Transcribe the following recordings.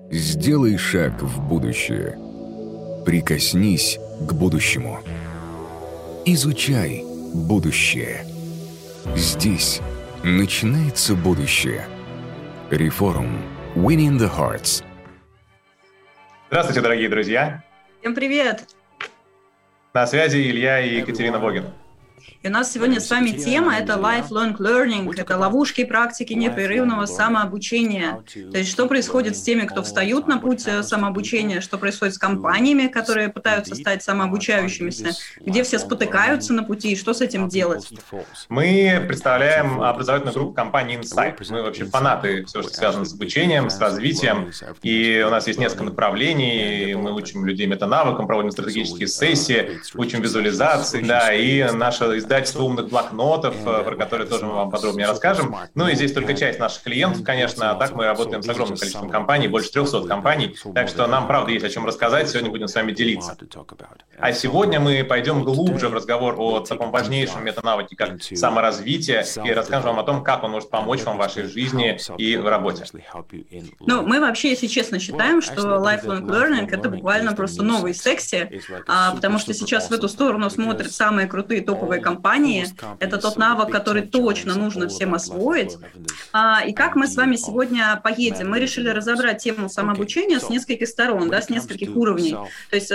Сделай шаг в будущее. Прикоснись к будущему. Изучай будущее. Здесь начинается будущее. Reforum. Winning the Hearts. Здравствуйте, дорогие друзья. Всем привет! На связи Илья и Екатерина Вогин. И у нас сегодня с вами тема – это lifelong learning, это ловушки практики непрерывного самообучения. То есть что происходит с теми, кто встают на путь самообучения, что происходит с компаниями, которые пытаются стать самообучающимися, где все спотыкаются на пути, и что с этим делать. Мы представляем образовательную группу компании Insight. Мы вообще фанаты всего, что связано с обучением, с развитием. И у нас есть несколько направлений. Мы учим людей метанавыкам, проводим стратегические сессии, учим визуализации. Да, и наше издательство умных блокнотов, про которые тоже мы вам подробнее расскажем. Ну и здесь только часть наших клиентов, конечно, а так мы работаем с огромным количеством компаний, больше 300 компаний, так что нам, правда, есть о чем рассказать, сегодня будем с вами делиться. А сегодня мы пойдем глубже в разговор о таком важнейшем метанавыке, как саморазвитие, и расскажем вам о том, как он может помочь вам в вашей жизни и в работе. Ну, мы вообще, если честно, считаем, что lifelong learning – это буквально просто новый секси, потому что сейчас в эту сторону смотрят самые крутые топовые компании. Это тот навык, который точно нужно всем освоить. И как мы с вами сегодня поедем? Мы решили разобрать тему самообучения с нескольких сторон, да, с нескольких уровней. То есть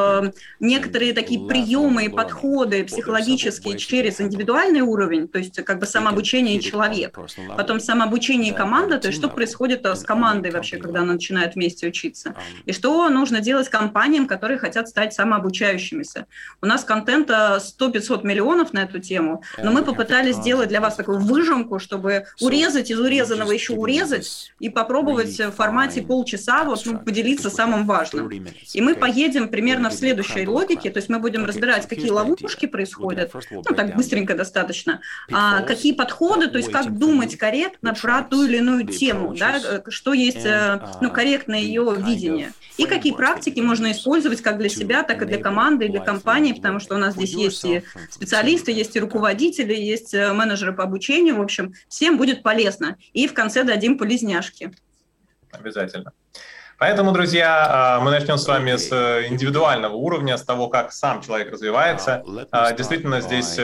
некоторые такие приемы и подходы психологические через индивидуальный уровень, то есть как бы самообучение человек. Потом самообучение и команда, то есть что происходит с командой вообще, когда она начинает вместе учиться. И что нужно делать компаниям, которые хотят стать самообучающимися. У нас контента 100-500 миллионов на эту тему, но мы попытались сделать для вас такую выжимку, чтобы урезать из урезанного еще урезать и попробовать в формате полчаса поделиться самым важным. И мы поедем примерно в следующей логике, то есть мы будем разбирать, какие ловушки происходят, так быстренько достаточно, какие подходы, то есть как думать корректно про ту или иную тему, да, что есть корректное ее видение. И какие практики можно использовать как для себя, так и для команды, и для компании, потому что у нас здесь есть и специалисты, есть и руководители, есть менеджеры по обучению. В общем, всем будет полезно. И в конце дадим полезняшки. Обязательно. Поэтому, друзья, мы начнем с вами с индивидуального уровня, с того, как сам человек развивается. Действительно, здесь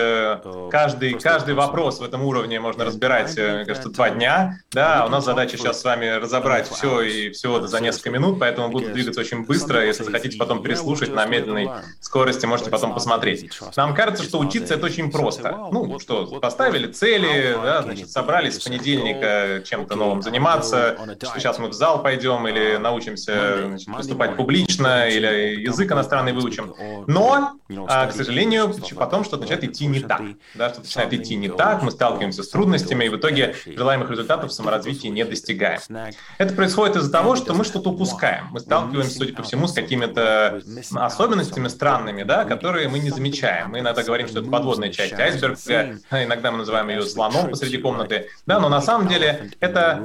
каждый вопрос в этом уровне можно разбирать, мне кажется, 2 дня. Да, у нас задача сейчас с вами разобрать все и всего за несколько минут, поэтому буду двигаться очень быстро. Если захотите потом переслушать на медленной скорости, можете потом посмотреть. Нам кажется, что учиться это очень просто. Ну, что, поставили цели, да, значит, собрались с понедельника чем-то новым заниматься, что сейчас мы в зал пойдем или научимся выступать публично или язык иностранный выучим. Но, к сожалению, потом что-то начинает идти не так. Да, что-то начинает идти не так, мы сталкиваемся с трудностями, и в итоге желаемых результатов в саморазвитии не достигаем. Это происходит из-за того, что мы что-то упускаем. Мы сталкиваемся, судя по всему, с какими-то особенностями странными, да, которые мы не замечаем. Мы иногда говорим, что это подводная часть айсберга, иногда мы называем ее слоном посреди комнаты. Да, но на самом деле это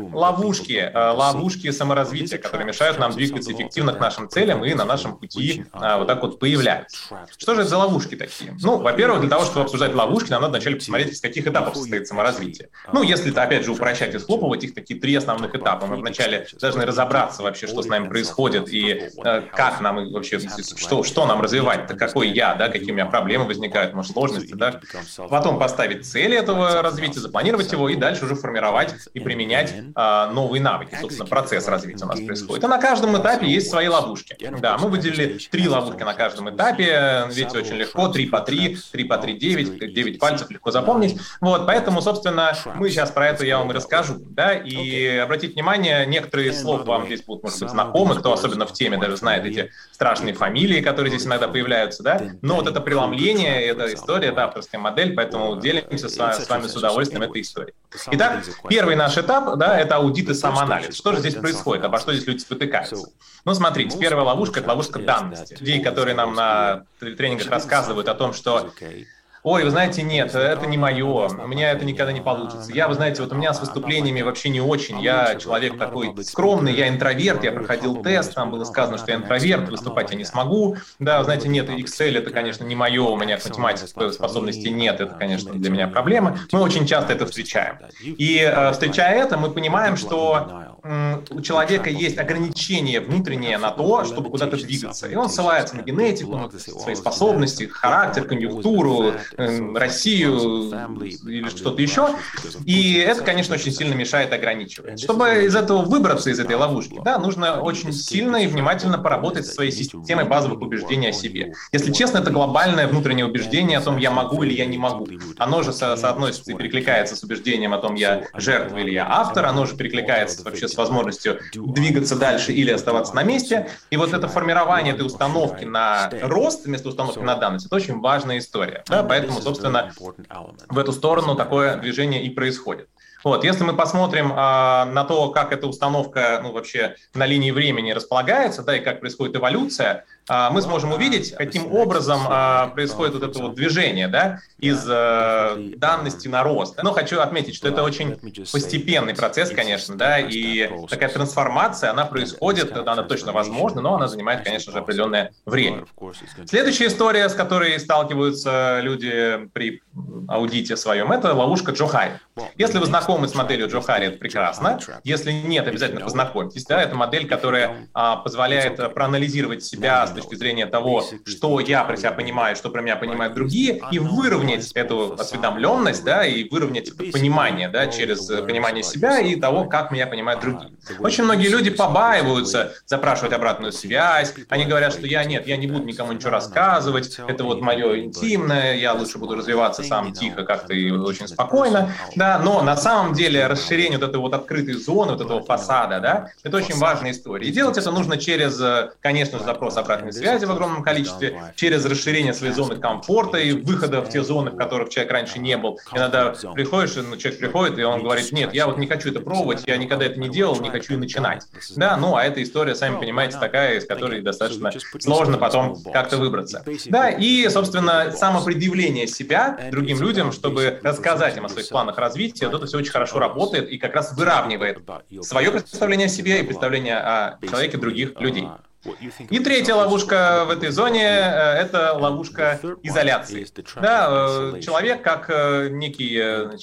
ловушки саморазвития, которые мешают нам двигаться эффективно к нашим целям и на нашем пути вот так вот появляются. Что же это за ловушки такие? Ну, во-первых, для того, чтобы обсуждать ловушки, нам надо вначале посмотреть, из каких этапов состоит саморазвитие. Ну, если это, опять же, упрощать и схлопывать их, такие 3 основных этапа. Мы вначале должны разобраться вообще, что с нами происходит и как нам вообще, что нам развивать, какой я, да, какие у меня проблемы возникают, может, сложности, да. Потом поставить цели этого развития, запланировать его и дальше уже формировать и применять новые навыки. Собственно, процесс развития у нас происходит. На каждом этапе есть свои ловушки. Да, мы выделили 3 ловушки на каждом этапе. Видите, очень легко. 3 по 3, 3 по 3, 9 пальцев легко запомнить. Вот, поэтому, собственно, мы сейчас про это я вам и расскажу. Да, и обратите внимание, некоторые слова вам здесь будут, может быть, знакомы, кто особенно в теме даже знает эти страшные фамилии, которые здесь иногда появляются, да. Но вот это преломление, это история, это авторская модель, поэтому делимся с вами с удовольствием этой историей. Итак, первый наш этап, да, это аудит и самоанализ. Что же здесь происходит? Обо что здесь люди спотыкаются? Ну, смотрите, первая ловушка – это ловушка данности. Людей, которые нам на тренингах рассказывают о том, что ой, вы знаете, нет, это не мое, у меня это никогда не получится. Я, вы знаете, вот у меня с выступлениями вообще не очень, я человек такой скромный, я интроверт, я проходил тест, там было сказано, что я интроверт, выступать я не смогу. Да, вы знаете, нет, Excel это, конечно, не мое, у меня к математике способностей нет, это, конечно, для меня проблема. Мы очень часто это встречаем. И встречая это, мы понимаем, что у человека есть ограничение внутреннее на то, чтобы куда-то двигаться. И он ссылается на генетику, на свои способности, характер, конъюнктуру, Россию или что-то еще. И это, конечно, очень сильно мешает и ограничивает. Чтобы из этого выбраться, из этой ловушки, да, нужно очень сильно и внимательно поработать со своей системой базовых убеждений о себе. Если честно, это глобальное внутреннее убеждение о том, я могу или я не могу. Оно же соотносится и перекликается с убеждением о том, я жертва или я автор, оно же перекликается вообще с возможностью двигаться дальше или оставаться на месте. И вот это формирование этой установки на рост вместо установки на данность, это очень важная история. Да? Поэтому, собственно, в эту сторону такое движение и происходит. Вот, если мы посмотрим на то, как эта установка вообще на линии времени располагается, да, и как происходит эволюция, мы сможем увидеть, каким образом происходит вот это вот движение, да, из данности на рост. Но хочу отметить, что это очень постепенный процесс, конечно, да, и такая трансформация, она происходит, она точно возможна, но она занимает, конечно же, определенное время. Следующая история, с которой сталкиваются люди при аудите своем, это ловушка Джохари. Если вы знакомы с моделью Джохари, это прекрасно. Если нет, обязательно познакомьтесь. Да, это модель, которая позволяет проанализировать себя с точки зрения того, что я про себя понимаю, что про меня понимают другие, и выровнять эту осведомленность, да, и выровнять это понимание, да, через понимание себя и того, как меня понимают другие. Очень многие люди побаиваются запрашивать обратную связь. Они говорят, что я не буду никому ничего рассказывать, это вот мое интимное, я лучше буду развиваться сам тихо, как-то и очень спокойно, да, но на самом деле расширение вот этой вот открытой зоны, вот этого фасада, да, это очень важная история. И делать это нужно через, конечно же, запрос обратной связи в огромном количестве, через расширение своей зоны комфорта и выхода в те зоны, в которых человек раньше не был. Иногда приходишь, человек приходит, и он говорит, нет, я вот не хочу это пробовать, я никогда это не делал, не хочу и начинать. Да, ну, а эта история, сами понимаете, такая, из которой достаточно сложно потом как-то выбраться. Да, и, собственно, самопредъявление себя другим людям, чтобы рассказать им о своих планах развития, вот это все очень хорошо работает и как раз выравнивает свое представление о себе и представление о человеке других людей. И третья ловушка в этой зоне – это ловушка изоляции. Да, человек, как некий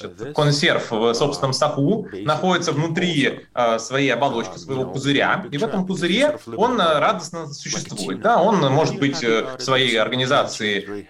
консерв в собственном соку, находится внутри своей оболочки, своего пузыря, и в этом пузыре он радостно существует. Да, он может быть в своей организации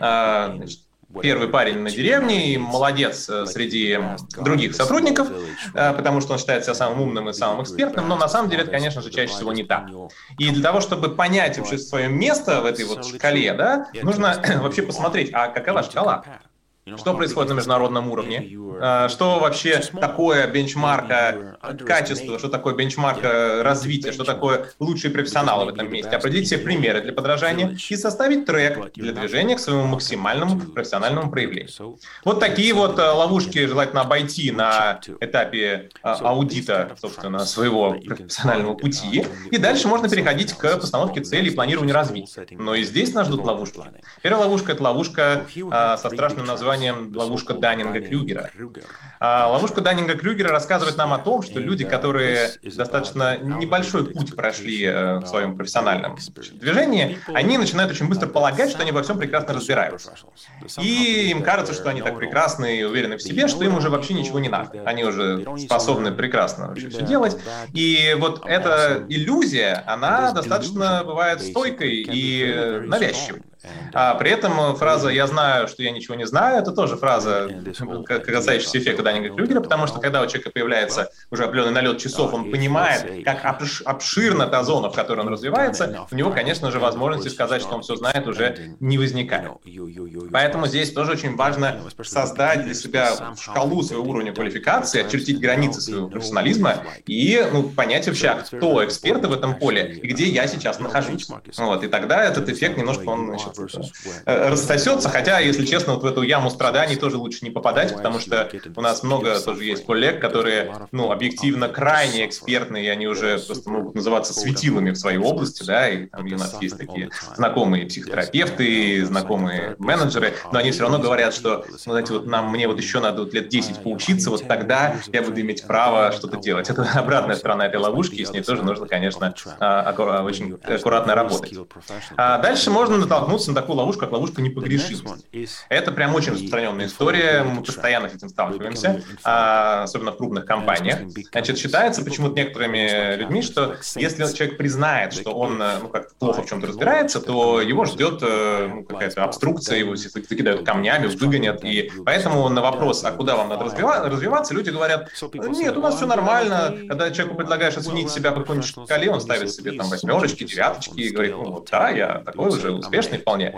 первый парень на деревне и молодец среди других сотрудников, потому что он считает себя самым умным и самым экспертным, но на самом деле это, конечно же, чаще всего не так. И для того, чтобы понять вообще свое место в этой вот шкале, да, нужно вообще посмотреть, а какова шкала? Что происходит на международном уровне? Что вообще такое бенчмарка качества, что такое бенчмарка развития, что такое лучшие профессионалы в этом месте? Определить себе примеры для подражания и составить трек для движения к своему максимальному профессиональному проявлению. Вот такие вот ловушки желательно обойти на этапе аудита, собственно, своего профессионального пути. И дальше можно переходить к постановке целей и планированию развития. Но и здесь нас ждут ловушки. Первая ловушка – это ловушка со страшным названием ловушка Даннинга-Крюгера. Ловушка Даннинга-Крюгера рассказывает нам о том, что люди, которые достаточно небольшой путь прошли в своем профессиональном движении, они начинают очень быстро полагать, что они во всем прекрасно разбираются. И им кажется, что они так прекрасны и уверены в себе, что им уже вообще ничего не надо. Они уже способны прекрасно вообще все делать. И вот эта иллюзия, она достаточно бывает стойкой и навязчивой. А при этом фраза «я знаю, что я ничего не знаю» — это тоже фраза, касающаяся эффекта Даннинга-Крюгера, потому что когда у человека появляется уже определенный налет часов, он понимает, как обширна та зона, в которой он развивается, у него, конечно же, возможности сказать, что он все знает, уже не возникает. Поэтому здесь тоже очень важно создать для себя шкалу своего уровня квалификации, очертить границы своего профессионализма и понять вообще, кто эксперты в этом поле и где я сейчас нахожусь. Вот, и тогда этот эффект немножко он рассосется, хотя, если честно, вот в эту яму страданий тоже лучше не попадать, потому что у нас много тоже есть коллег, которые, объективно крайне экспертные, и они уже просто могут называться светилами в своей области, да, и там у нас есть такие знакомые психотерапевты, знакомые менеджеры, но они все равно говорят, что, знаете, вот мне вот еще надо лет 10 поучиться, вот тогда я буду иметь право что-то делать. Это обратная сторона этой ловушки, и с ней тоже нужно, конечно, очень аккуратно работать. Дальше можно натолкнуться наткнулся на такую ловушку, как ловушка непогрешимости. Это прям очень распространенная история, мы постоянно с этим сталкиваемся, особенно в крупных компаниях. Значит, считается почему-то некоторыми людьми, что если человек признает, что он как-то плохо в чем-то разбирается, то его ждет какая-то обструкция, его закидают камнями, выгонят. И поэтому на вопрос, а куда вам надо развиваться, люди говорят: нет, у нас все нормально. Когда человеку предлагаешь оценить себя по какой-нибудь шкале, он ставит себе там 8, 9 и говорит: да, я такой уже успешный вполне.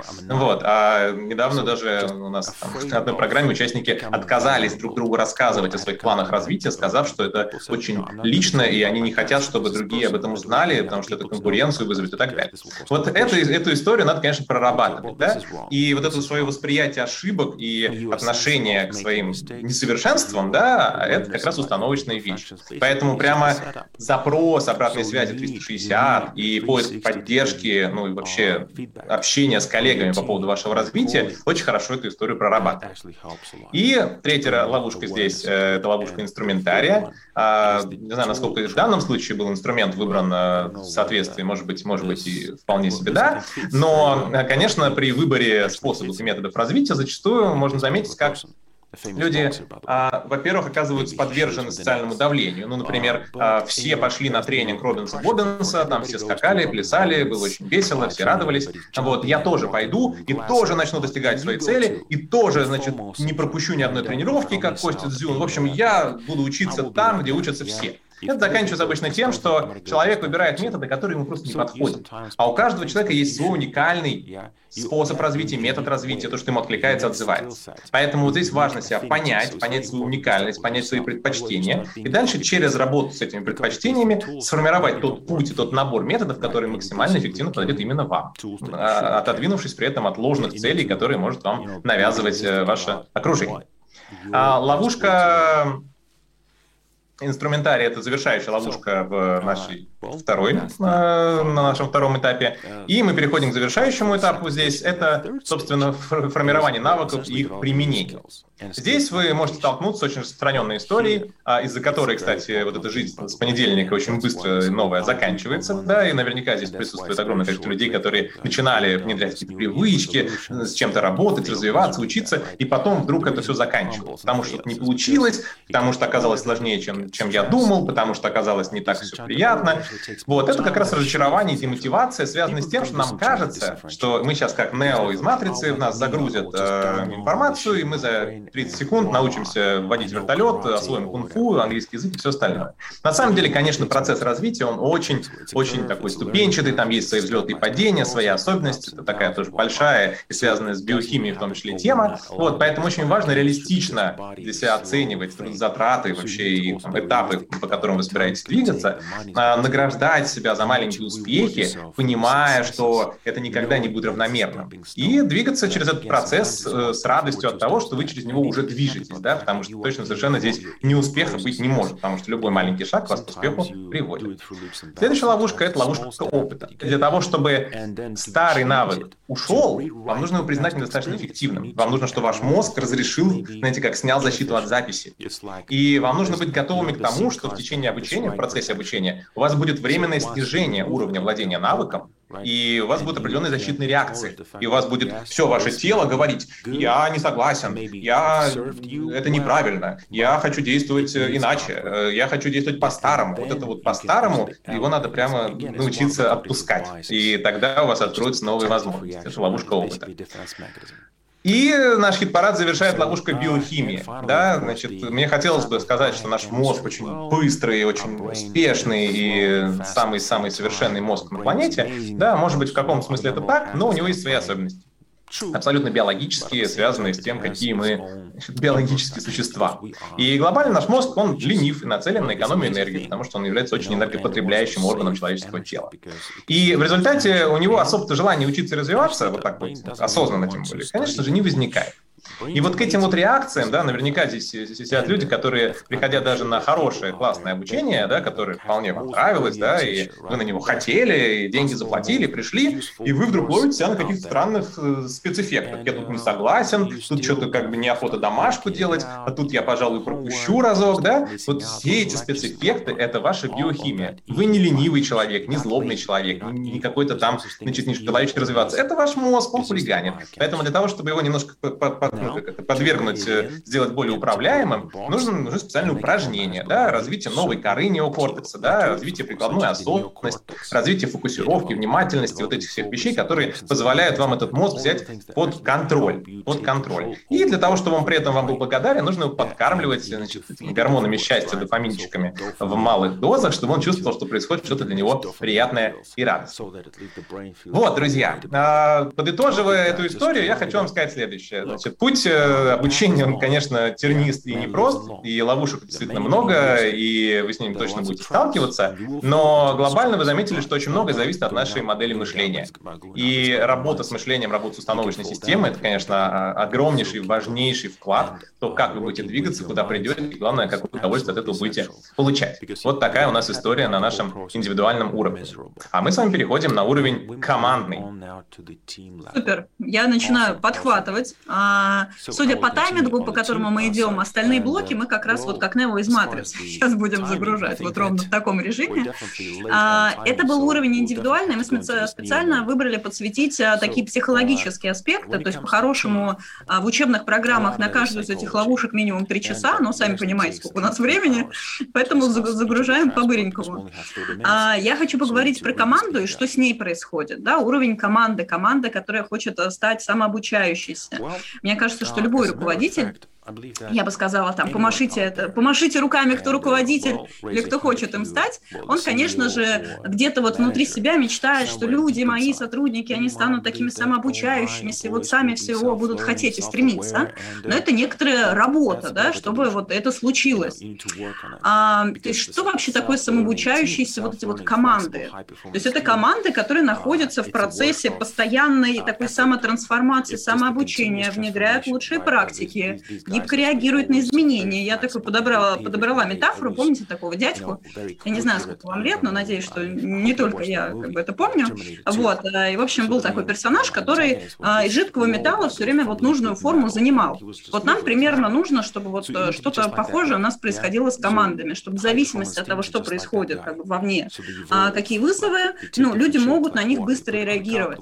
А недавно даже у нас на одной программе участники отказались друг другу рассказывать о своих планах развития, сказав, что это очень лично, и они не хотят, чтобы другие об этом узнали, потому что это конкуренцию вызовет и так далее. Вот эту историю надо, конечно, прорабатывать, да? И вот это свое восприятие ошибок и отношение к своим несовершенствам, да, это как раз установочная вещь. Поэтому прямо запрос обратной связи 360 и поиск поддержки, и вообще общение с коллегами по поводу вашего развития очень хорошо эту историю прорабатывает. И третья ловушка здесь – это ловушка инструментария. Не знаю, насколько в данном случае был инструмент выбран в соответствии, может быть, и вполне себе да. Но, конечно, при выборе способов и методов развития зачастую можно заметить, как люди, во-первых, оказываются подвержены социальному давлению. Например, все пошли на тренинг Робинса Боббинса, там все скакали, плясали, было очень весело, все радовались. Я тоже пойду и тоже начну достигать своей цели, и тоже, не пропущу ни одной тренировки, как Костя Дзюн. В общем, я буду учиться там, где учатся все. Это заканчивается обычно тем, что человек выбирает методы, которые ему просто не подходят. А у каждого человека есть свой уникальный способ развития, метод развития, то, что ему откликается, отзывается. Поэтому здесь важно себя понять свою уникальность, понять свои предпочтения, и дальше через работу с этими предпочтениями сформировать тот путь и тот набор методов, который максимально эффективно подойдет именно вам, отодвинувшись при этом от ложных целей, которые может вам навязывать ваше окружение. Ловушка инструментарий — это завершающая ловушка в на нашем втором этапе. И мы переходим к завершающему этапу здесь. Это, собственно, формирование навыков и их применение. Здесь вы можете столкнуться с очень распространенной историей, из-за которой, кстати, вот эта жизнь с понедельника очень быстро новая заканчивается, да, и наверняка здесь присутствует огромное количество людей, которые начинали внедрять какие-то привычки, с чем-то работать, развиваться, учиться, и потом вдруг это все заканчивалось, потому что не получилось, потому что оказалось сложнее, чем я думал, потому что оказалось не так все приятно. Это как раз разочарование и демотивация, связаны с тем, что нам кажется, что мы сейчас как Нео из «Матрицы», в нас загрузят информацию, и мы за 30 секунд научимся водить вертолет, освоим кунг-фу, английский язык и все остальное. На самом деле, конечно, процесс развития, он очень такой ступенчатый, там есть свои взлеты и падения, свои особенности, это такая тоже большая и связанная с биохимией в том числе тема. Поэтому очень важно реалистично для себя оценивать затраты вообще и этапы, по которым вы собираетесь двигаться, награждать себя за маленькие успехи, понимая, что это никогда не будет равномерным, и двигаться через этот процесс с радостью от того, что вы через него уже движетесь, да, потому что точно совершенно здесь неуспеха быть не может, потому что любой маленький шаг вас к успеху приводит. Следующая ловушка — это ловушка опыта. Для того, чтобы старый навык ушел, вам нужно его признать недостаточно эффективным. Вам нужно, чтобы ваш мозг разрешил, знаете, как снял защиту от записи. И вам нужно быть готовыми к тому, что в течение обучения, в процессе обучения, у вас будет временное снижение уровня владения навыком, и у вас будут определенные защитные реакции. И у вас будет все ваше тело говорить: я не согласен, это неправильно, я хочу действовать иначе, я хочу действовать по-старому. Это по-старому, его надо прямо научиться отпускать. И тогда у вас откроются новые возможности. Это ловушка опыта. И наш хит-парад завершает ловушка биохимии. Да? Мне хотелось бы сказать, что наш мозг очень быстрый, очень успешный и самый-самый совершенный мозг на планете. Да, может быть, в каком-то смысле это так, но у него есть свои особенности. Абсолютно биологические, связанные с тем, какие мы биологические существа. И глобально наш мозг, он ленив и нацелен на экономию энергии, потому что он является очень энергопотребляющим органом человеческого тела. И в результате у него особо-то желания учиться и развиваться, осознанно тем более, конечно же, не возникает. И вот к этим вот реакциям, да, наверняка здесь сидят люди, которые, приходя даже на хорошее, классное обучение, да, которое вполне вам нравилось, да, и вы на него хотели, и деньги заплатили, пришли, и вы вдруг ловите себя на каких-то странных спецэффектах. Я тут не согласен, тут что-то как бы неохота домашку делать, а тут я, пожалуй, пропущу разок, да. Вот все эти спецэффекты — это ваша биохимия. Вы не ленивый человек, не злобный человек, не какой-то там, значит, не желающий развиваться. Это ваш мозг, он хулиганит. Поэтому для того, чтобы его немножко подвергнуть, сделать более управляемым, нужны специальные упражнения, да, развитие новой коры неокортекса, да, развитие прикладной осознанности, развитие фокусировки, внимательности, вот этих всех вещей, которые позволяют вам этот мозг взять под контроль. И для того, чтобы он при этом вам был благодарен, нужно его подкармливать, значит, этими гормонами счастья, дофаминчиками в малых дозах, чтобы он чувствовал, что происходит что-то для него приятное и радостное. Вот, друзья, подытоживая эту историю, я хочу вам сказать следующее. Значит, путь обучения, он, конечно, тернист и непрост, и ловушек действительно много, и вы с ними точно будете сталкиваться, но глобально вы заметили, что очень многое зависит от нашей модели мышления. И работа с мышлением, работа с установочной системой — это, конечно, огромнейший, важнейший вклад в то, как вы будете двигаться, куда придете, и главное, какое удовольствие от этого будете получать. Вот такая у нас история на нашем индивидуальном уровне. А мы с вами переходим на уровень командный. Супер. Я начинаю подхватывать. Судя по таймингу, по которому мы идем, остальные блоки мы как раз вот как Нео из «Матрицы» сейчас будем загружать вот ровно в таком режиме. Это был уровень индивидуальный. Мы специально выбрали подсветить такие психологические аспекты. То есть, по-хорошему, в учебных программах на каждую из этих ловушек минимум 3 часа, но сами понимаете, сколько у нас времени, поэтому загружаем по-быренькому. Я хочу поговорить про команду и что с ней происходит. Да, уровень команды, которая хочет стать самообучающейся. Мне кажется, что любой руководитель, я бы сказала, там, помашите руками, кто руководитель или кто хочет им стать, он, конечно же, где-то вот внутри себя мечтает, что люди, мои сотрудники, они станут такими самообучающимися, вот сами всего будут хотеть и стремиться. Но это некоторая работа, да, чтобы вот это случилось. То есть что вообще такое самообучающиеся вот эти вот команды? То есть это команды, которые находятся в процессе постоянной такой самотрансформации, самообучения, внедряют лучшие практики, гибко реагирует на изменения. Я такой подобрала метафору, помните такого дядьку? Я не знаю, сколько вам лет, но надеюсь, что не только я как бы это помню. Вот. И, в общем, был такой персонаж, который из жидкого металла все время вот нужную форму занимал. Вот нам примерно нужно, чтобы вот что-то похожее у нас происходило с командами, чтобы в зависимости от того, что происходит как бы вовне, какие вызовы, люди могут на них быстро реагировать.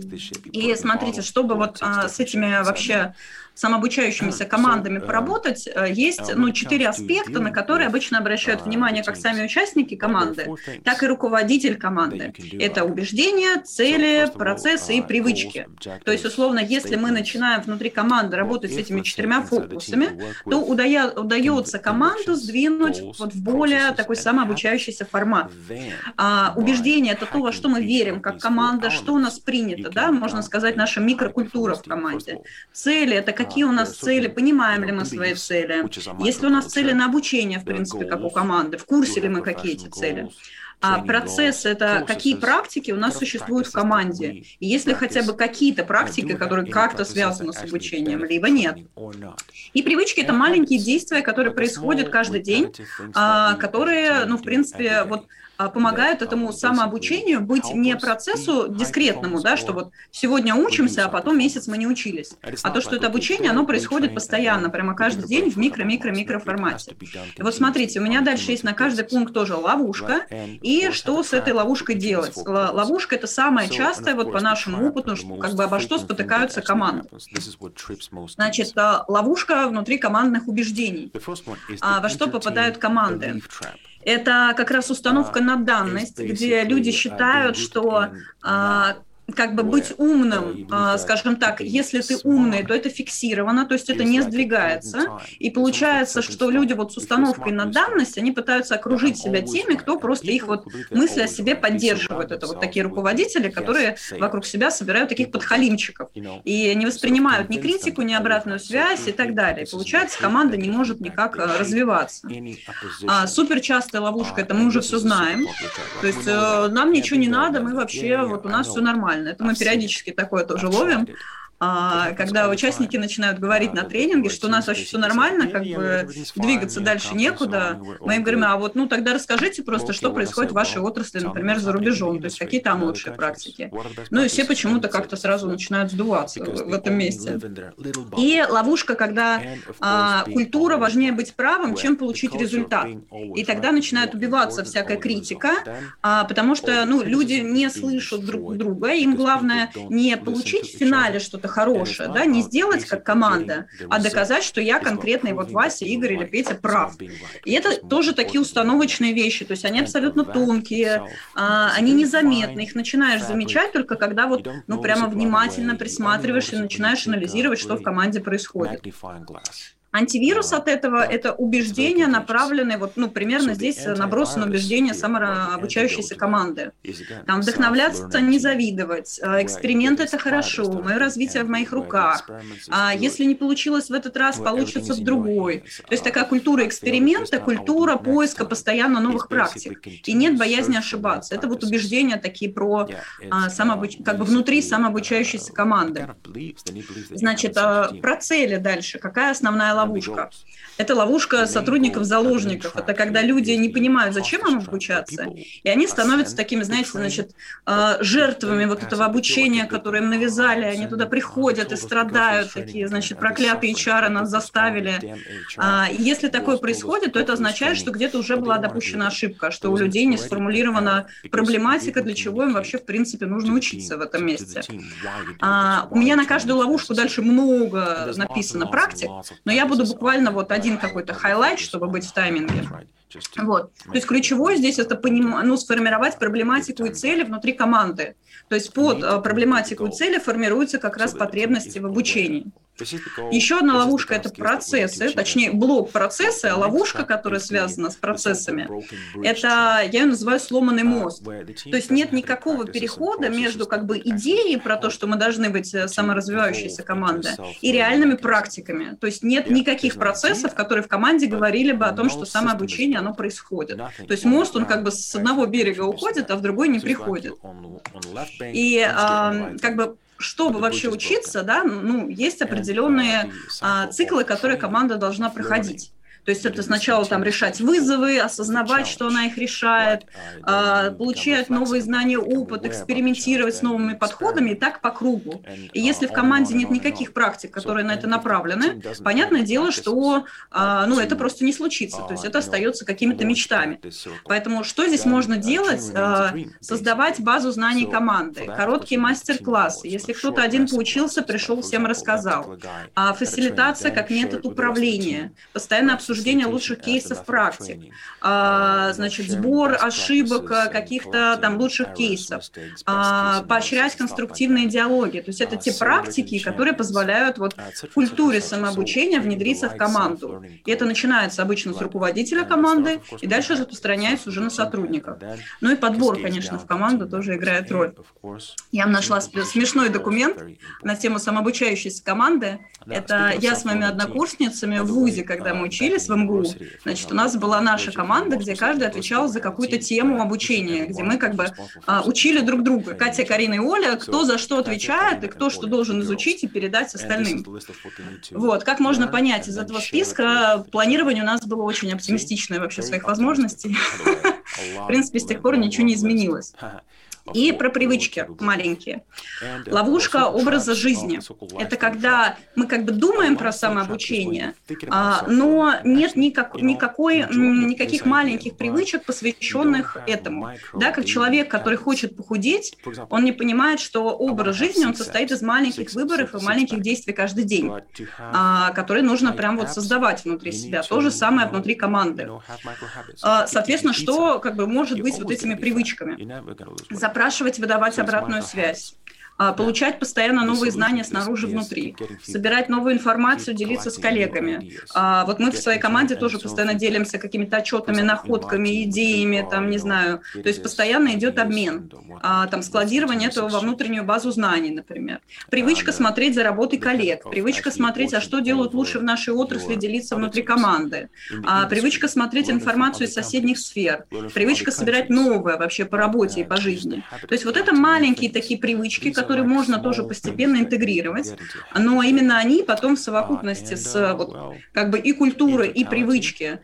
И смотрите, чтобы вот с этими вообще самообучающимися командами поработать, есть 4 аспекта, на которые обычно обращают внимание как сами участники команды, так и руководитель команды. Это убеждения, цели, процессы и привычки. То есть, условно, если мы начинаем внутри команды работать с этими 4 фокусами, то удается команду сдвинуть вот в более такой самообучающийся формат. Убеждения — это то, во что мы верим как команда, что у нас принято, да, можно сказать, наша микрокультура в команде. Цели — это какие у нас цели, понимаем ли мы свои цели, есть ли у нас цели на обучение, в принципе, как у команды, в курсе ли мы, какие эти цели. А процесс — это какие практики у нас существуют в команде. И есть ли хотя бы какие-то практики, которые как-то связаны с обучением, либо нет. И привычки — это маленькие действия, которые происходят каждый день, которые, в принципе, вот помогают этому самообучению быть не процессу дискретному, да, что вот сегодня учимся, а потом месяц мы не учились, а то, что это обучение, оно происходит постоянно, прямо каждый день в микро формате. И вот смотрите, у меня дальше есть на каждый пункт тоже ловушка, и что с этой ловушкой делать? Ловушка — это самое частое, вот по нашему опыту, как бы обо что спотыкаются команды. Значит, ловушка внутри командных убеждений. Во что попадают команды? Это как раз установка на данность, где люди считают, что как бы быть умным, скажем так, если ты умный, то это фиксировано, то есть это не сдвигается. И получается, что люди вот с установкой на данность, они пытаются окружить себя теми, кто просто их вот мысли о себе поддерживает. Это вот такие руководители, которые вокруг себя собирают таких подхалимчиков и не воспринимают ни критику, ни обратную связь и так далее. И получается, команда не может никак развиваться. Супер частая ловушка — это мы уже все знаем. То есть нам ничего не надо, мы вообще, вот у нас все нормально. Это мы периодически такое тоже ловим. когда участники начинают говорить на тренинге, что у нас вообще все нормально, как бы двигаться дальше некуда, мы им говорим, а вот, ну, тогда расскажите просто, что происходит в вашей отрасли, например, за рубежом, то есть какие там лучшие практики. Ну, и все почему-то как-то сразу начинают сдуваться в этом месте. И ловушка, когда культура важнее быть правым, чем получить результат. И тогда начинает убиваться всякая критика, потому что, ну, люди не слышат друг друга, им главное не получить в финале что-то хорошее, да, не сделать как команда, а доказать, что я конкретный вот Вася, Игорь или Петя прав. И это тоже такие установочные вещи, то есть они абсолютно тонкие, они незаметны, их начинаешь замечать только когда вот, ну, прямо внимательно присматриваешься и начинаешь анализировать, что в команде происходит. Антивирус от этого – это убеждения, направленные, вот, ну, примерно здесь набросано убеждение самообучающейся команды. Там вдохновляться, не завидовать, эксперимент – это хорошо, мое развитие в моих руках. Если не получилось в этот раз, получится в другой. То есть такая культура эксперимента, культура поиска постоянно новых практик. И нет боязни ошибаться. Это вот убеждения такие про как бы внутри самообучающейся команды. Значит, про цели дальше. Какая основная ловушка? Это ловушка сотрудников-заложников. Это когда люди не понимают, зачем им обучаться, и они становятся такими, знаете, значит, жертвами вот этого обучения, которое им навязали. Они туда приходят и страдают, такие, значит, проклятые HR нас заставили. И если такое происходит, то это означает, что где-то уже была допущена ошибка, что у людей не сформулирована проблематика, для чего им вообще, в принципе, нужно учиться в этом месте. У меня на каждую ловушку дальше много написано практик, но я буду буквально вот один какой-то хайлайт, чтобы быть в тайминге. Вот. То есть ключевое здесь это сформировать проблематику и цели внутри команды. То есть под проблематику и цели формируются как раз потребности в обучении. Еще одна ловушка – это процессы, точнее блок процесса, а ловушка, которая связана с процессами, это, я ее называю сломанный мост. То есть нет никакого перехода между как бы идеей про то, что мы должны быть саморазвивающейся командой, и реальными практиками. То есть нет никаких процессов, которые в команде говорили бы о том, что самообучение, оно происходит. То есть мост, он как бы с одного берега уходит, а в другой не приходит. И как бы чтобы вообще учиться, да, ну, есть определенные циклы, которые команда должна проходить. То есть это сначала там решать вызовы, осознавать, что она их решает, получать новые знания, опыт, экспериментировать с новыми подходами и так по кругу. И если в команде нет никаких практик, которые на это направлены, понятное дело, что ну, это просто не случится. То есть это остается какими-то мечтами. Поэтому что здесь можно делать? Создавать базу знаний команды, короткие мастер-классы. Если кто-то один поучился, пришел, всем рассказал. Фасилитация как метод управления, постоянно обсуждение лучших кейсов практик, значит, сбор ошибок каких-то там лучших кейсов, поощрять конструктивные диалоги. То есть это те практики, которые позволяют вот в культуре самообучения внедриться в команду. И это начинается обычно с руководителя команды и дальше распространяется уже на сотрудников. Ну и подбор, конечно, в команду тоже играет роль. Я нашла смешной документ на тему самообучающейся команды. Это я с моими однокурсницами в ВУЗе, когда мы учились в МГУ, значит, у нас была наша команда, где каждый отвечал за какую-то тему обучения, где мы как бы учили друг друга. Катя, Карина и Оля, кто за что отвечает и кто что должен изучить и передать остальным. Вот, как можно понять из этого списка, планирование у нас было очень оптимистичное вообще своих возможностей. В принципе, с тех пор ничего не изменилось. И про привычки маленькие. Ловушка образа жизни. Это когда мы как бы думаем про самообучение, но нет никаких маленьких привычек, посвященных этому. Да, как человек, который хочет похудеть, он не понимает, что образ жизни, он состоит из маленьких выборов и маленьких действий каждый день, которые нужно прям вот создавать внутри себя. То же самое внутри команды. Соответственно, что как бы может быть вот этими привычками? Запрашивать, выдавать обратную связь. Получать постоянно новые знания снаружи, внутри, собирать новую информацию, делиться с коллегами. Вот мы в своей команде тоже постоянно делимся какими-то отчетами, находками, идеями, там, не знаю. То есть постоянно идет обмен, там, складирование этого во внутреннюю базу знаний, например. Привычка смотреть за работой коллег, привычка смотреть, а что делают лучше в нашей отрасли, делиться внутри команды, привычка смотреть информацию из соседних сфер, привычка собирать новое вообще по работе и по жизни. То есть вот это маленькие такие привычки, которые можно тоже постепенно интегрировать, но именно они потом в совокупности с как бы и культурой, и привычки,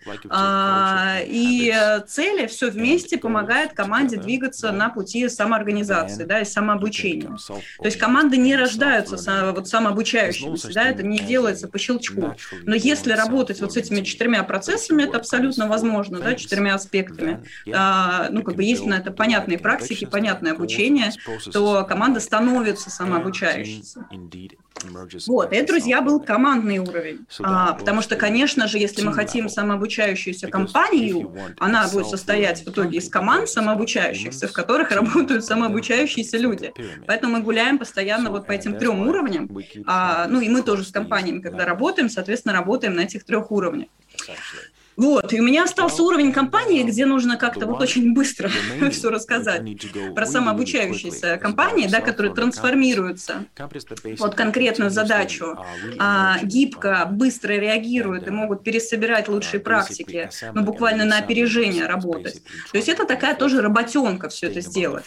и цели все вместе помогает команде двигаться на пути самоорганизации, да, и самообучения. То есть команды не рождаются самообучающимися, да, это не делается по щелчку. Но если работать вот с этими 4 процессами, это абсолютно возможно, да, 4 аспектами. Ну, как бы есть на это понятные практики, понятное обучение, то команда становится самообучающейся. Вот, это, друзья, был командный уровень. Потому что, конечно же, если мы хотим самообучающуюся компанию, она будет состоять в итоге из команд самообучающихся, в которых работают самообучающиеся люди. Поэтому мы гуляем постоянно вот по этим 3 уровням. Ну, и мы тоже с компаниями, когда работаем, соответственно, работаем на этих 3 уровнях. Вот, и у меня остался уровень компании, где нужно как-то вот очень быстро все рассказать про самообучающиеся компании, да, которые трансформируются под конкретную задачу, гибко, быстро реагируют и могут пересобирать лучшие практики, ну, буквально на опережение работать. То есть это такая тоже работенка все это сделать.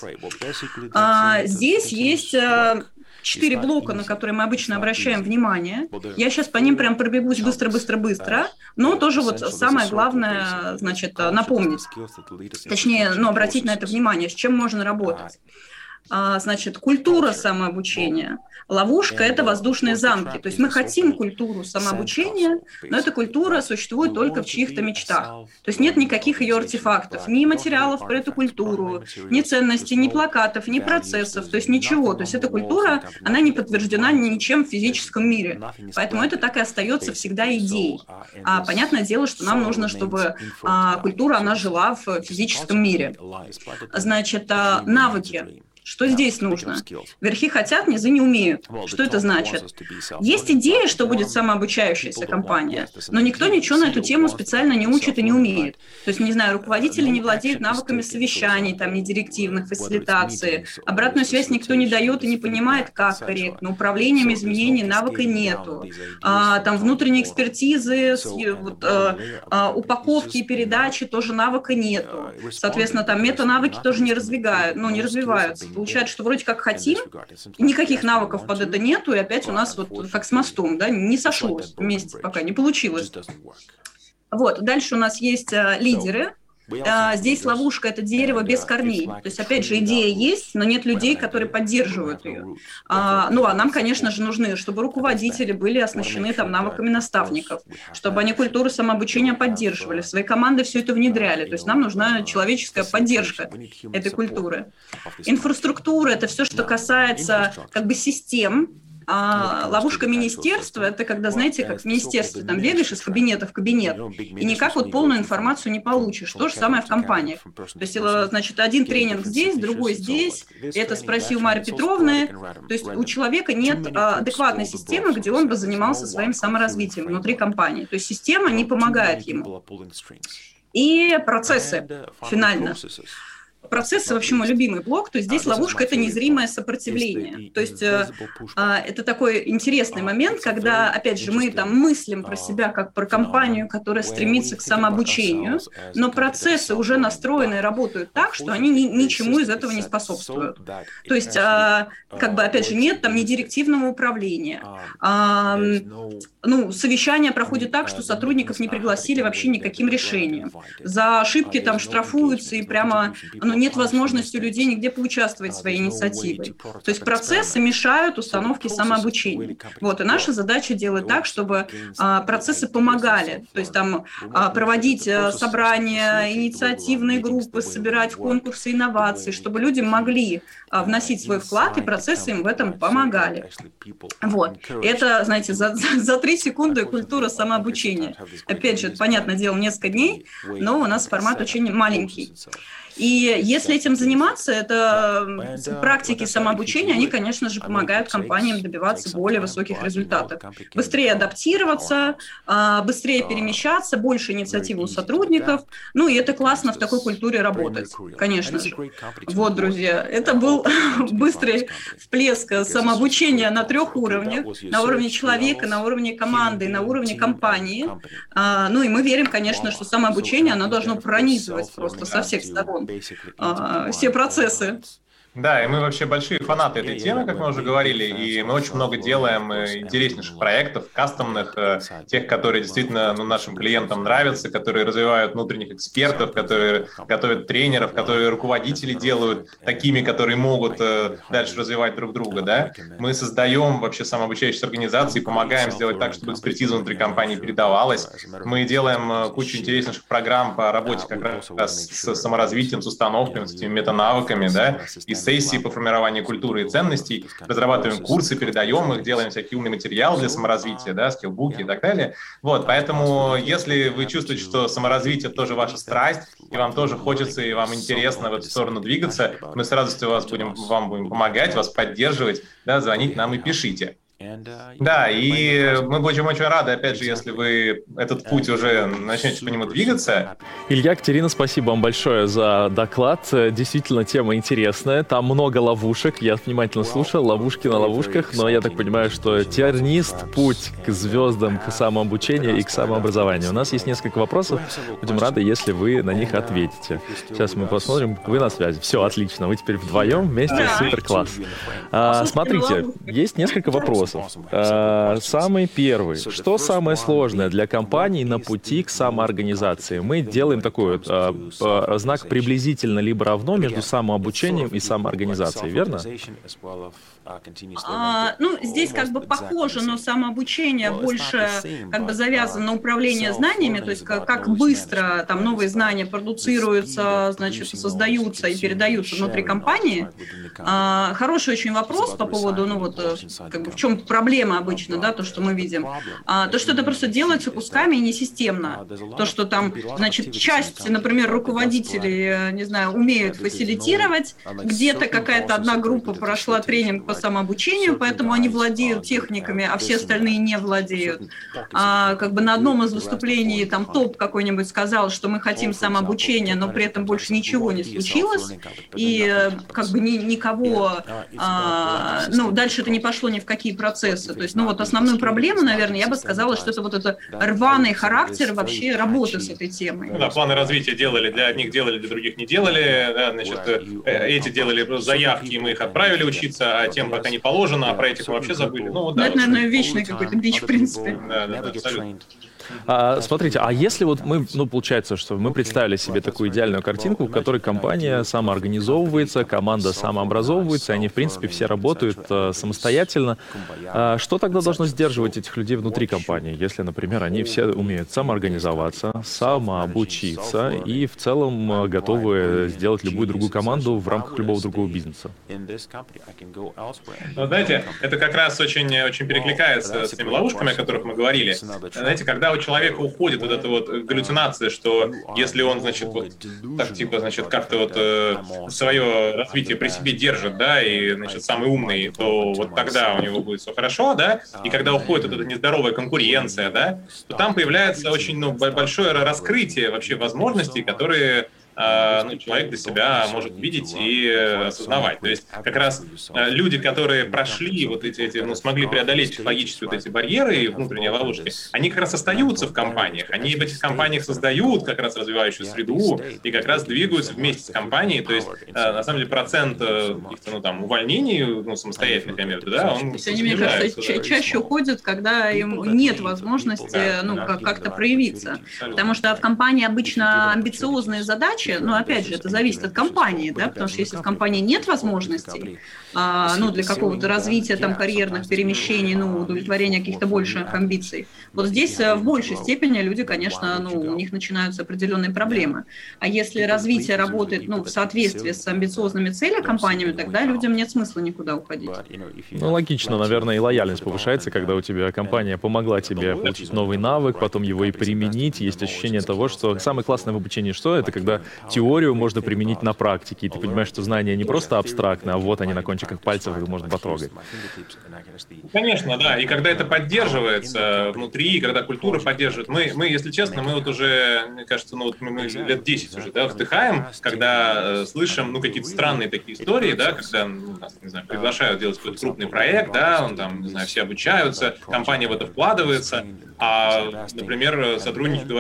Здесь есть 4 блока, на которые мы обычно обращаем внимание. Я сейчас по ним прям пробегусь быстро, но тоже вот самое главное, значит, напомнить. Точнее, ну, обратить на это внимание, с чем можно работать. Значит, культура самообучения. Ловушка – это воздушные замки. То есть мы хотим культуру самообучения, но эта культура существует только в чьих-то мечтах. То есть нет никаких ее артефактов, ни материалов про эту культуру, ни ценностей, ни плакатов, ни процессов, то есть ничего. То есть эта культура, она не подтверждена ничем в физическом мире. Поэтому это так и остается всегда идеей. Понятное дело, что нам нужно, чтобы культура, она жила в физическом мире. Значит, навыки. Что здесь нужно? Верхи хотят, низы не умеют. Что это значит? Есть идея, что будет самообучающаяся компания, но никто ничего на эту тему специально не учит и не умеет. То есть, не знаю, руководители не владеют навыками совещаний, там, недирективных, фасилитации. Обратную связь никто не дает и не понимает, как корректно. Управлением изменений навыка нету. Там внутренней экспертизы, упаковки и передачи тоже навыка нету. Соответственно, там метанавыки тоже не развиваются. Получается, что вроде как хотим, никаких навыков под это нету, и опять у нас вот как с мостом, да, не сошлось вместе, пока не получилось. Вот, дальше у нас есть лидеры. Здесь ловушка – это дерево без корней. То есть, опять же, идея есть, но нет людей, которые поддерживают ее. А нам, конечно же, нужны, чтобы руководители были оснащены там навыками наставников, чтобы они культуру самообучения поддерживали, в свои команды все это внедряли. То есть нам нужна человеческая поддержка этой культуры. Инфраструктура – это все, что касается как бы систем. Ловушка министерства – это когда, знаете, как в министерстве, там бегаешь из кабинета в кабинет, и никак вот полную информацию не получишь. То же самое в компаниях. То есть, значит, один тренинг здесь, другой здесь, это спроси у Марьи Петровны. То есть у человека нет адекватной системы, где он бы занимался своим саморазвитием внутри компании. То есть система не помогает ему. И процессы, финально. Процессы, вообще, мой любимый блок, то есть здесь ловушка – это незримое сопротивление. То есть это такой интересный момент, когда, опять же, мы там мыслим про себя как про компанию, которая стремится к самообучению, но процессы уже настроены и работают так, что они ничему из этого не способствуют. То есть, как бы, опять же, нет там ни директивного управления. Совещания проходят так, что сотрудников не пригласили вообще никаким решением. За ошибки там штрафуются, и прямо нет возможности у людей нигде поучаствовать своей инициативой. То есть процессы мешают установке самообучения. Вот, и наша задача делать так, чтобы процессы помогали. То есть там проводить собрания, инициативные группы, собирать конкурсы инноваций, чтобы люди могли вносить свой вклад, и процессы им в этом помогали. Вот. Это, знаете, за 3 секунды культура самообучения. Опять же, это, понятное дело, несколько дней, но у нас формат очень маленький. И если этим заниматься, это практики самообучения, они, конечно же, помогают компаниям добиваться более высоких результатов. Быстрее адаптироваться, быстрее перемещаться, больше инициативы у сотрудников. Ну, и это классно в такой культуре работать, конечно же. Вот, друзья, это был быстрый всплеск самообучения на 3 уровнях. На уровне человека, на уровне команды, на уровне компании. Ну, и мы верим, конечно, что самообучение, оно должно пронизывать просто со всех сторон все процессы. Да, и мы вообще большие фанаты этой темы, как мы уже говорили, и мы очень много делаем интереснейших проектов, кастомных, тех, которые действительно нашим клиентам нравятся, которые развивают внутренних экспертов, которые готовят тренеров, которые руководители делают такими, которые могут дальше развивать друг друга, да. Мы создаем вообще самообучающиеся организации, помогаем сделать так, чтобы экспертиза внутри компании передавалась. Мы делаем кучу интереснейших программ по работе как раз с саморазвитием, с установками, с этими метанавыками, да, и сессии по формированию культуры и ценностей, разрабатываем курсы, передаем их, делаем всякий умный материал для саморазвития, да, скиллбуки и так далее. Вот, поэтому, если вы чувствуете, что саморазвитие тоже ваша страсть, и вам тоже хочется, и вам интересно в эту сторону двигаться, мы с радостью вам будем помогать, вас поддерживать, да, звонить нам и пишите. Да, и мы будем очень рады, опять же, если вы этот путь уже начнете по нему двигаться. Илья, Катерина, спасибо вам большое за доклад. Действительно, тема интересная. Там много ловушек. Я внимательно слушал, ловушки на ловушках, но я так понимаю, что тернист путь к звездам, к самообучению и к самообразованию. У нас есть несколько вопросов. Будем рады, если вы на них ответите. Сейчас мы посмотрим. Вы на связи. Все, отлично. Вы теперь вдвоем вместе. Супер класс. Смотрите, есть несколько вопросов. Самый первый. Что самое сложное для компаний на пути к самоорганизации? Мы делаем такой знак приблизительно либо равно между самообучением и самоорганизацией, верно? Здесь как бы похоже, но самообучение больше как бы завязано на управление знаниями, то есть как быстро там новые знания продуцируются, значит, создаются и передаются внутри компании. Хороший очень вопрос по поводу, как бы в чем проблема обычно, да, то, что мы видим. То, что это просто делается кусками и не системно. То, что там, значит, часть, например, руководителей, не знаю, умеют фасилитировать, где-то какая-то одна группа прошла тренинг по самообучению, поэтому они владеют техниками, а все остальные не владеют. Как бы на одном из выступлений там топ какой-нибудь сказал, что мы хотим самообучения, но при этом больше ничего не случилось, и как бы никого, дальше это не пошло ни в какие процессы. То есть, основную проблему, наверное, я бы сказала, что это вот это рваный характер вообще работы с этой темой. Да, планы развития делали, для одних делали, для других не делали, да, значит, эти делали заявки, мы их отправили учиться, а тем пока не положено, а про этих вообще забыли. Да, это, наверное, вечный какой-то бич, в принципе. Да, абсолютно. Смотрите, а если вот мы, получается, что мы представили себе такую идеальную картинку, в которой компания самоорганизовывается, команда самообразовывается, они, в принципе, все работают самостоятельно, что тогда должно сдерживать этих людей внутри компании, если, например, они все умеют самоорганизоваться, самообучиться и в целом готовы сделать любую другую команду в рамках любого другого бизнеса? Знаете, это как раз очень перекликается с теми ловушками, о которых мы говорили. Знаете, когда у человека уходит вот эта вот галлюцинация, что если он, значит, как-то свое развитие при себе держит, да, и, значит, самый умный, то вот тогда у него будет все хорошо, да, и когда уходит вот эта нездоровая конкуренция, да, то там появляется очень большое раскрытие вообще возможностей, которые человек для себя может видеть и осознавать. То есть как раз люди, которые прошли вот смогли преодолеть психологически вот эти барьеры и внутренние ловушки, они как раз остаются в компаниях, они в этих компаниях создают как раз развивающую среду и как раз двигаются вместе с компанией. То есть на самом деле процент каких-то увольнений, самостоятельных, я имею в виду, да, он они, мне кажется, чаще уходят, когда им нет возможности как-то проявиться. Потому что в компании обычно амбициозные задачи, но опять же, это зависит от компании, да, потому что если в компании нет возможностей, для какого-то развития там карьерных перемещений, удовлетворения каких-то больших амбиций, вот здесь в большей степени люди, конечно, у них начинаются определенные проблемы. А если развитие работает, в соответствии с амбициозными целями компаниями, тогда людям нет смысла никуда уходить. Логично, наверное, и лояльность повышается, когда у тебя компания помогла тебе получить новый навык, потом его и применить. Есть ощущение того, что самое классное в обучении что? Это когда теорию можно применить на практике, и ты понимаешь, что знания не просто абстрактны, а вот они на кончиках пальцев, их можно потрогать. Конечно, да, и когда это поддерживается внутри, когда культура поддерживает, мы, если честно, мы вот уже, мне кажется, мы лет 10 уже, да, вздыхаем, когда слышим, какие-то странные такие истории, да, когда нас, не знаю, приглашают делать какой-то крупный проект, да, не знаю, все обучаются, компания в это вкладывается, а, например, сотрудники говорят: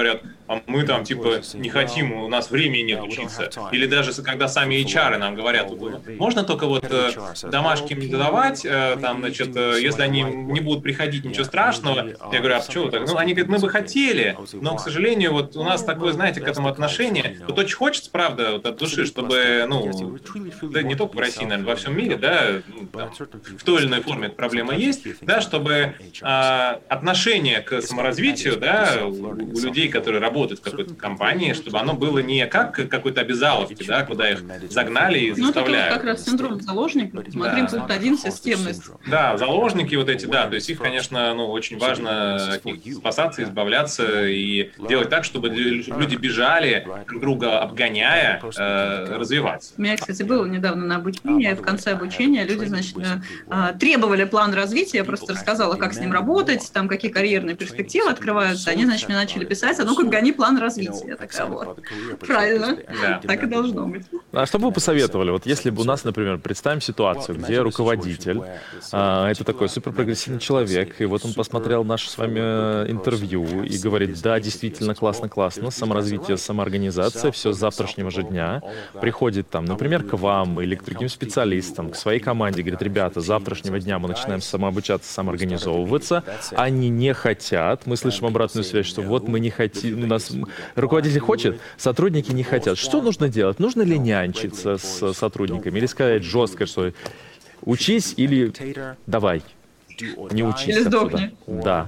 а мы там, типа, не хотим, у нас времени нет учиться. Или даже когда сами HR нам говорят, можно только вот домашки не задавать, там, значит, если они не будут приходить, ничего страшного. Я говорю, а почему так? Ну, они говорят, мы бы хотели, но, к сожалению, вот у нас такое, знаете, к этому отношение. Вот очень хочется, правда, вот от души, чтобы, ну, да не только в России, наверное, во всем мире, да, там, в той или иной форме эта проблема есть, да, чтобы отношение к саморазвитию, да, у людей, которые работают в какой-то компании, чтобы оно было не как какой-то обязаловки, да, куда их загнали и заставляют. Ну, это вот как раз синдром заложника. Смотрим, пункт 1, системность. Да, заложники вот эти, да, то есть их, конечно, ну, очень важно от них спасаться, избавляться и делать так, чтобы люди бежали, друг друга обгоняя, развиваться. У меня, кстати, было недавно на обучении, в конце обучения люди, значит, требовали план развития, я просто рассказала, как с ним работать, там, какие карьерные перспективы открываются, они, значит, мне начали писать, а ну-ка, гони план развития. Я такая, вот, правильно, так и должно быть. А что бы вы посоветовали? Вот если бы у нас, например, представим ситуацию, где руководитель, это такой суперпрогрессивный человек, и вот он посмотрел наше с вами интервью и говорит, да, действительно, классно, саморазвитие, самоорганизация, все с завтрашнего же дня, приходит там, например, к вам или к другим специалистам, к своей команде, говорит, ребята, с завтрашнего дня мы начинаем самообучаться, самоорганизовываться, они не хотят, мы слышим обратную связь, что вот мы не хотим, у нас руководитель хочет, сотрудники не хотят. Что нужно делать? Нужно ли нянчиться с сотрудниками или сказать жестко, что учись или давай, не учись. Или сдохни. Да.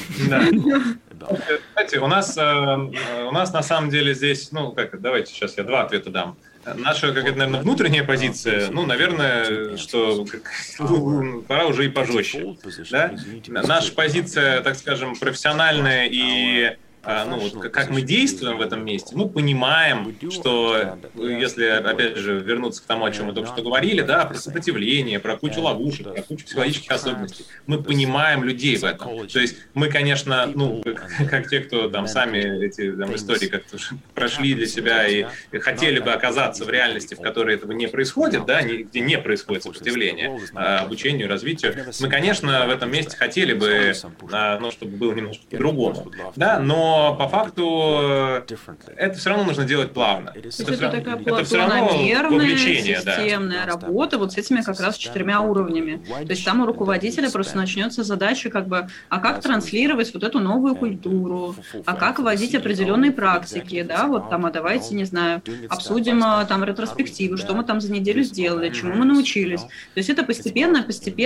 Кстати, у нас на самом деле здесь, ну, давайте сейчас я два ответа дам. Наша, какая-то, наверное, внутренняя позиция, ну, наверное, что пора уже и пожестче. Да? Наша позиция, так скажем, профессиональная и ну, вот, как мы действуем в этом месте, мы понимаем, что, если, опять же, вернуться к тому, о чем мы только что говорили, да, про сопротивление, про кучу ловушек, про кучу психологических особенностей, мы понимаем людей в этом. То есть мы, конечно, ну, как те, кто там сами эти там, истории как-то прошли для себя и хотели бы оказаться в реальности, в которой этого не происходит, да, где не происходит сопротивление обучению, развитию, мы, конечно, в этом месте хотели бы, ну, чтобы было немножко по-другому, да, но по факту это все равно нужно делать плавно. Это такая планомерная, системная работа вот с этими как раз 4 уровнями. То есть там у руководителя просто начнется задача как бы, а как транслировать вот эту новую культуру, а как вводить определенные практики, да, вот там, а давайте, не знаю, обсудим там ретроспективу, что мы там за неделю сделали, чему мы научились. То есть это постепенное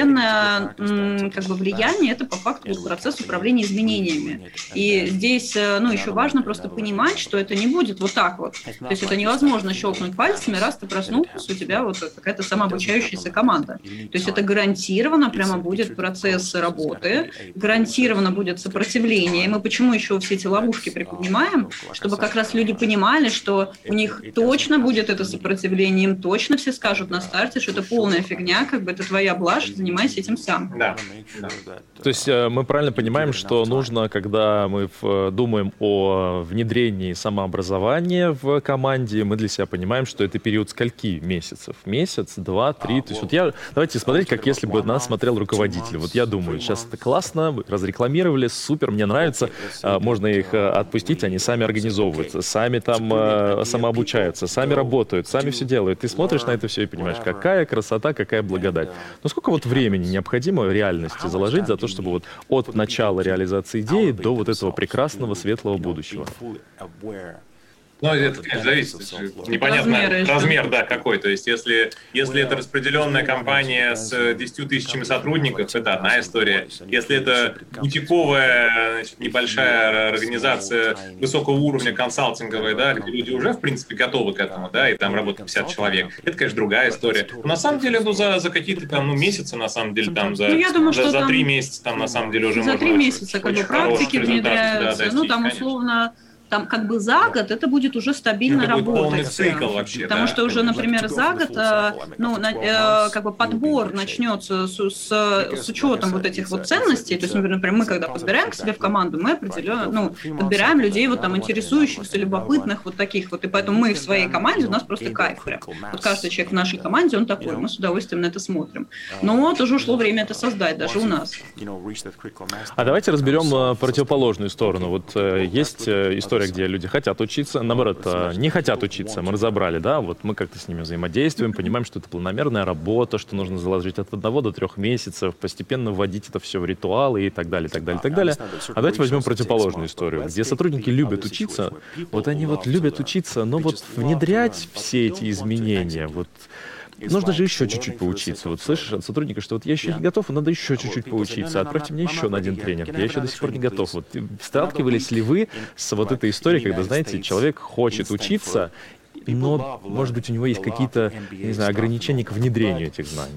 как бы влияние, это по факту вот процесс управления изменениями. И здесь ну, еще важно просто понимать, что это не будет вот так вот. То есть это невозможно щелкнуть пальцами, раз ты проснулся, у тебя вот какая-то самообучающаяся команда. То есть это гарантированно прямо будет процесс работы, гарантированно будет сопротивление. И мы почему еще все эти ловушки приподнимаем? Чтобы как раз люди понимали, что у них точно будет это сопротивление, им точно все скажут на старте, что это полная фигня, как бы это твоя блажь, занимайся этим сам. Да. То есть мы правильно понимаем, что нужно, когда мы думаем о внедрении самообразования в команде, мы для себя понимаем, что это период скольки месяцев? Месяц, 2, 3? То есть вот давайте смотреть, как если бы нас смотрел руководитель. Вот я думаю, сейчас это классно, разрекламировали, супер, мне нравится, можно их отпустить, они сами организовываются, сами там самообучаются, сами работают, сами все делают. Ты смотришь на это все и понимаешь, какая красота, какая благодать. Но сколько вот времени необходимо реальности заложить за то, чтобы вот от начала реализации идеи до вот этого прекрасного светлого будущего? Ну, это, конечно, зависит. Непонятно размер, да, какой. То есть, если это распределенная компания с 10 тысячами сотрудников, это одна история. Если это бутиковая, значит, небольшая организация высокого уровня консалтинговая, да, где люди уже, в принципе, готовы к этому, да, и там работает 50 человек, это, конечно, другая история. Но на самом деле, ну, за какие-то там, месяцы, на самом деле, там, за 3 месяца, там, на самом деле, уже за 3 месяца, как бы, практики внедряются, ну, там, условно, там как бы за год это будет уже стабильно работать. Полный цикл вообще, потому что уже, например, за год как бы подбор начнется с учетом вот этих вот ценностей. То есть, например, мы когда подбираем к себе в команду, мы определенно подбираем людей вот там интересующихся, любопытных, вот таких вот. И поэтому мы в своей команде, у нас просто кайф прям. Вот каждый человек в нашей команде, он такой, мы с удовольствием на это смотрим. Но тоже ушло время это создать, даже у нас. А давайте разберем противоположную сторону. Вот есть история, история, где люди хотят учиться, наоборот, не хотят учиться, мы разобрали, да, вот мы как-то с ними взаимодействуем, понимаем, что это планомерная работа, что нужно заложить от 1 до 3 месяцев, постепенно вводить это все в ритуалы и так далее, так далее, так далее. А давайте возьмем противоположную историю, где сотрудники любят учиться, вот они вот любят учиться, но вот внедрять все эти изменения, вот нужно же еще чуть-чуть поучиться. Вот слышишь от сотрудника, что вот я еще не готов, надо еще чуть-чуть поучиться. Отправьте мне еще на 1 тренинг. Я еще до сих пор не готов. Вот сталкивались ли вы с вот этой историей, когда, знаете, человек хочет учиться, но, может быть, у него есть какие-то, не знаю, ограничения к внедрению этих знаний?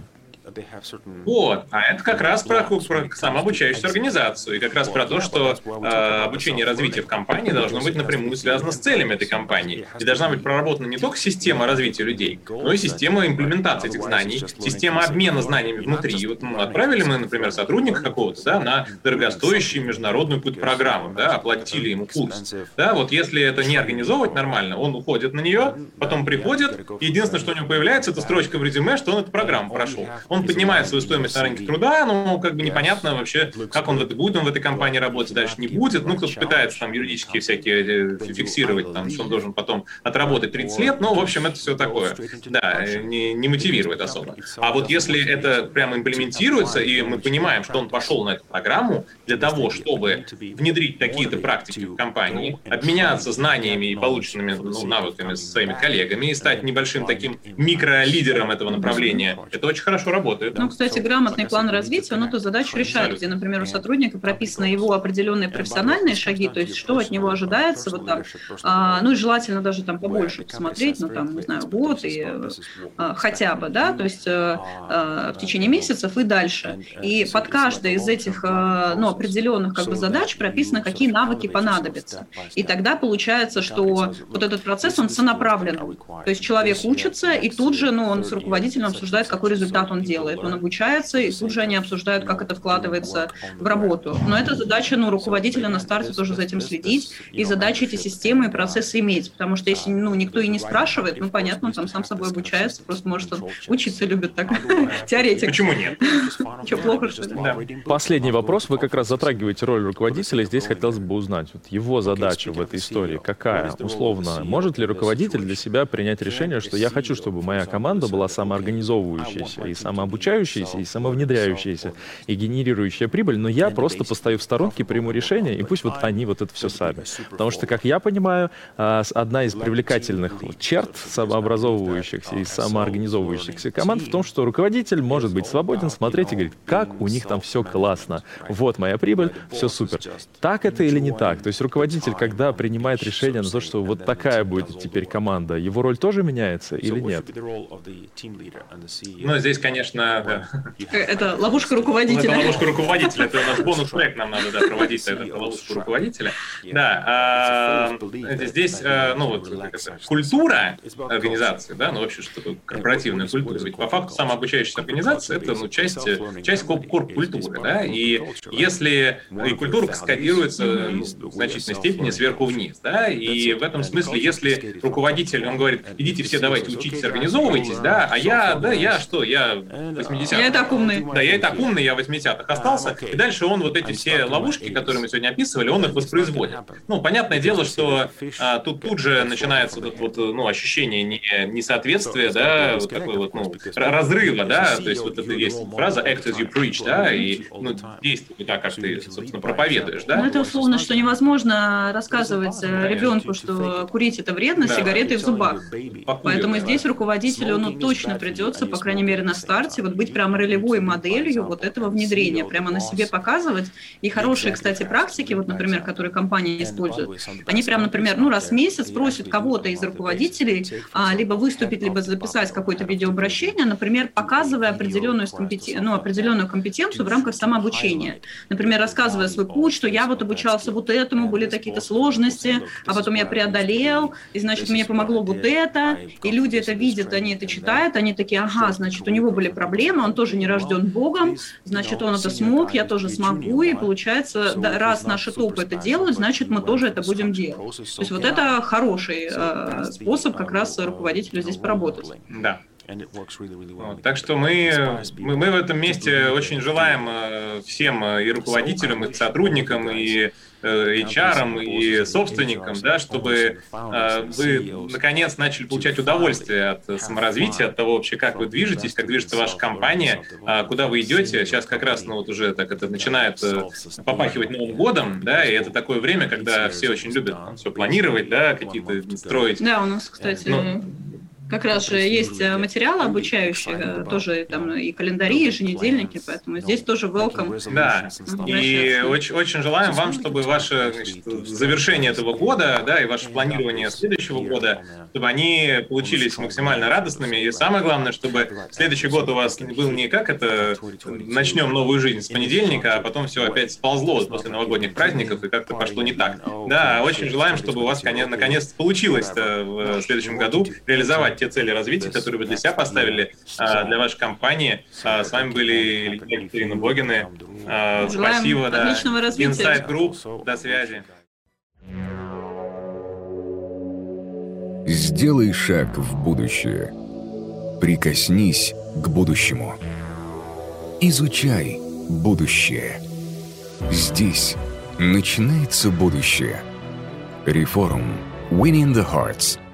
Вот, а это как раз про самообучающуюся организацию, и как раз про то, что обучение и развитие в компании должно быть напрямую связано с целями этой компании. И должна быть проработана не только система развития людей, но и система имплементации этих знаний, система обмена знаниями внутри. И вот отправили мы, например, сотрудника какого-то, да, на дорогостоящую международную какую-то программу, да, оплатили ему курс. Да, вот если это не организовывать нормально, он уходит на нее, потом приходит, и единственное, что у него появляется, это строчка в резюме, что он эту программу прошел. Он поднимает свою стоимость на рынке труда, но как бы непонятно вообще, как он будет он в этой компании работать, дальше не будет. Ну, кто-то пытается там юридически всякие фиксировать, там, что он должен потом отработать 30 лет, но, в общем, это все такое, да, не мотивирует особо. А вот если это прямо имплементируется, и мы понимаем, что он пошел на эту программу для того, чтобы внедрить такие-то практики в компании, обменяться знаниями и полученными навыками со своими коллегами и стать небольшим таким микролидером этого направления, это очень хорошо работает. Ну, кстати, грамотный план развития, он эту задачу решает, где, например, у сотрудника прописаны его определенные профессиональные шаги, то есть что от него ожидается, вот там, ну и желательно даже там побольше посмотреть, ну там, не знаю, год и хотя бы, да, то есть в течение месяцев и дальше. И под каждой из этих, ну, определенных как бы задач прописано, какие навыки понадобятся. И тогда получается, что вот этот процесс, он сонаправленный. То есть человек учится, и тут же, ну, он с руководителем обсуждает, какой результат он делает. Он обучается, и тут же они обсуждают, как это вкладывается в работу. Но это задача, ну, руководителя на старте тоже за этим следить, и задача эти системы и процессы иметь, потому что если, ну, никто и не спрашивает, ну, понятно, он там сам собой обучается, просто, может, он учиться любит так, теоретик. Почему нет? Что, плохо, что ли? Да. Последний вопрос. Вы как раз затрагиваете роль руководителя. Здесь хотелось бы узнать, вот его задача в этой истории какая? Условно, может ли руководитель для себя принять решение, что я хочу, чтобы моя команда была самоорганизовывающаяся и самообучающаяся, и самовнедряющаяся, и генерирующая прибыль, но я просто постою в сторонке, приму решение, и пусть вот они вот это все сами. Потому что, как я понимаю, одна из привлекательных черт самообразовывающихся и самоорганизовывающихся команд в том, что руководитель может быть свободен, смотреть и говорить, как у них там все классно, вот моя прибыль, все супер. Так это или не так? То есть руководитель, когда принимает решение на то, что вот такая будет теперь команда, его роль тоже меняется или нет? Ну, здесь, конечно, да. Это ловушка руководителя. Это ловушка руководителя. Это у нас бонус-проект, нам надо, да, проводить эту ловушку руководителя. Да, здесь, ну, вот, культура организации, да, ну, вообще, что такое корпоративная культура. Ведь по факту самообучающаяся организация — это, ну, часть корп-культуры, да, и если и культура каскадируется в значительной степени сверху вниз, да, и в этом смысле, если руководитель, он говорит, идите все, давайте учитесь, организовывайтесь, да, а я 80-х. Я и так умный. Да, я и так умный, я в 80-х остался. И дальше он вот эти все ловушки, которые мы сегодня описывали, он их воспроизводит. Ну, понятное дело, что тут же начинается вот, ну, ощущение несоответствия, да, вот такой вот, ну, разрыва, да, то есть вот это есть фраза act as you preach, да, и, ну, действуй так, как ты, собственно, проповедуешь, да. Ну, это условно, что невозможно рассказывать ребенку, что курить это вредно, сигареты в зубах. Поэтому здесь руководителю, ну, точно придется, по крайней мере, на старте, вот быть прям ролевой моделью вот этого внедрения, прямо на себе показывать. И хорошие, кстати, практики, вот, например, которые компании используют, они прям, например, ну, раз в месяц просят кого-то из руководителей либо выступить, либо записать какое-то видеообращение, например, показывая определенную компетенцию в рамках самообучения. Например, рассказывая свой путь, что я вот обучался вот этому, были такие-то сложности, а потом я преодолел, и, значит, мне помогло вот это, и люди это видят, они это читают, они такие, ага, значит, у него были проблемы, он тоже не рожден Богом, значит, он это смог, я тоже смогу, и получается, да, раз наши топы это делают, значит, мы тоже это будем делать. То есть вот это хороший способ как раз руководителю здесь поработать. Да. Так что мы в этом месте очень желаем всем и руководителям, и сотрудникам, и HR и собственникам, да, чтобы вы наконец начали получать удовольствие от саморазвития, от того вообще, как вы движетесь, как движется ваша компания, куда вы идете. Сейчас как раз, уже так это начинает попахивать Новым годом, да, и это такое время, когда все очень любят все планировать, да, какие-то строить. Да, у нас, кстати, как раз же есть материалы обучающие, тоже там и календари, и еженедельники, поэтому здесь тоже welcome. Да, и очень желаем вам, чтобы ваше завершение этого года, да, и ваше планирование следующего года, чтобы они получились максимально радостными, и самое главное, чтобы следующий год у вас был не как это начнем новую жизнь с понедельника, а потом все опять сползло после новогодних праздников и как-то пошло не так. Да, очень желаем, чтобы у вас наконец получилось в следующем году реализовать те цели развития, которые вы для себя поставили, для вашей компании. С вами были Илья и Екатерина Богины. Спасибо, да. Отличного развития. Insight Group. До связи. Сделай шаг в будущее. Прикоснись к будущему. Изучай будущее. Здесь начинается будущее. Reforum. Winning the Hearts.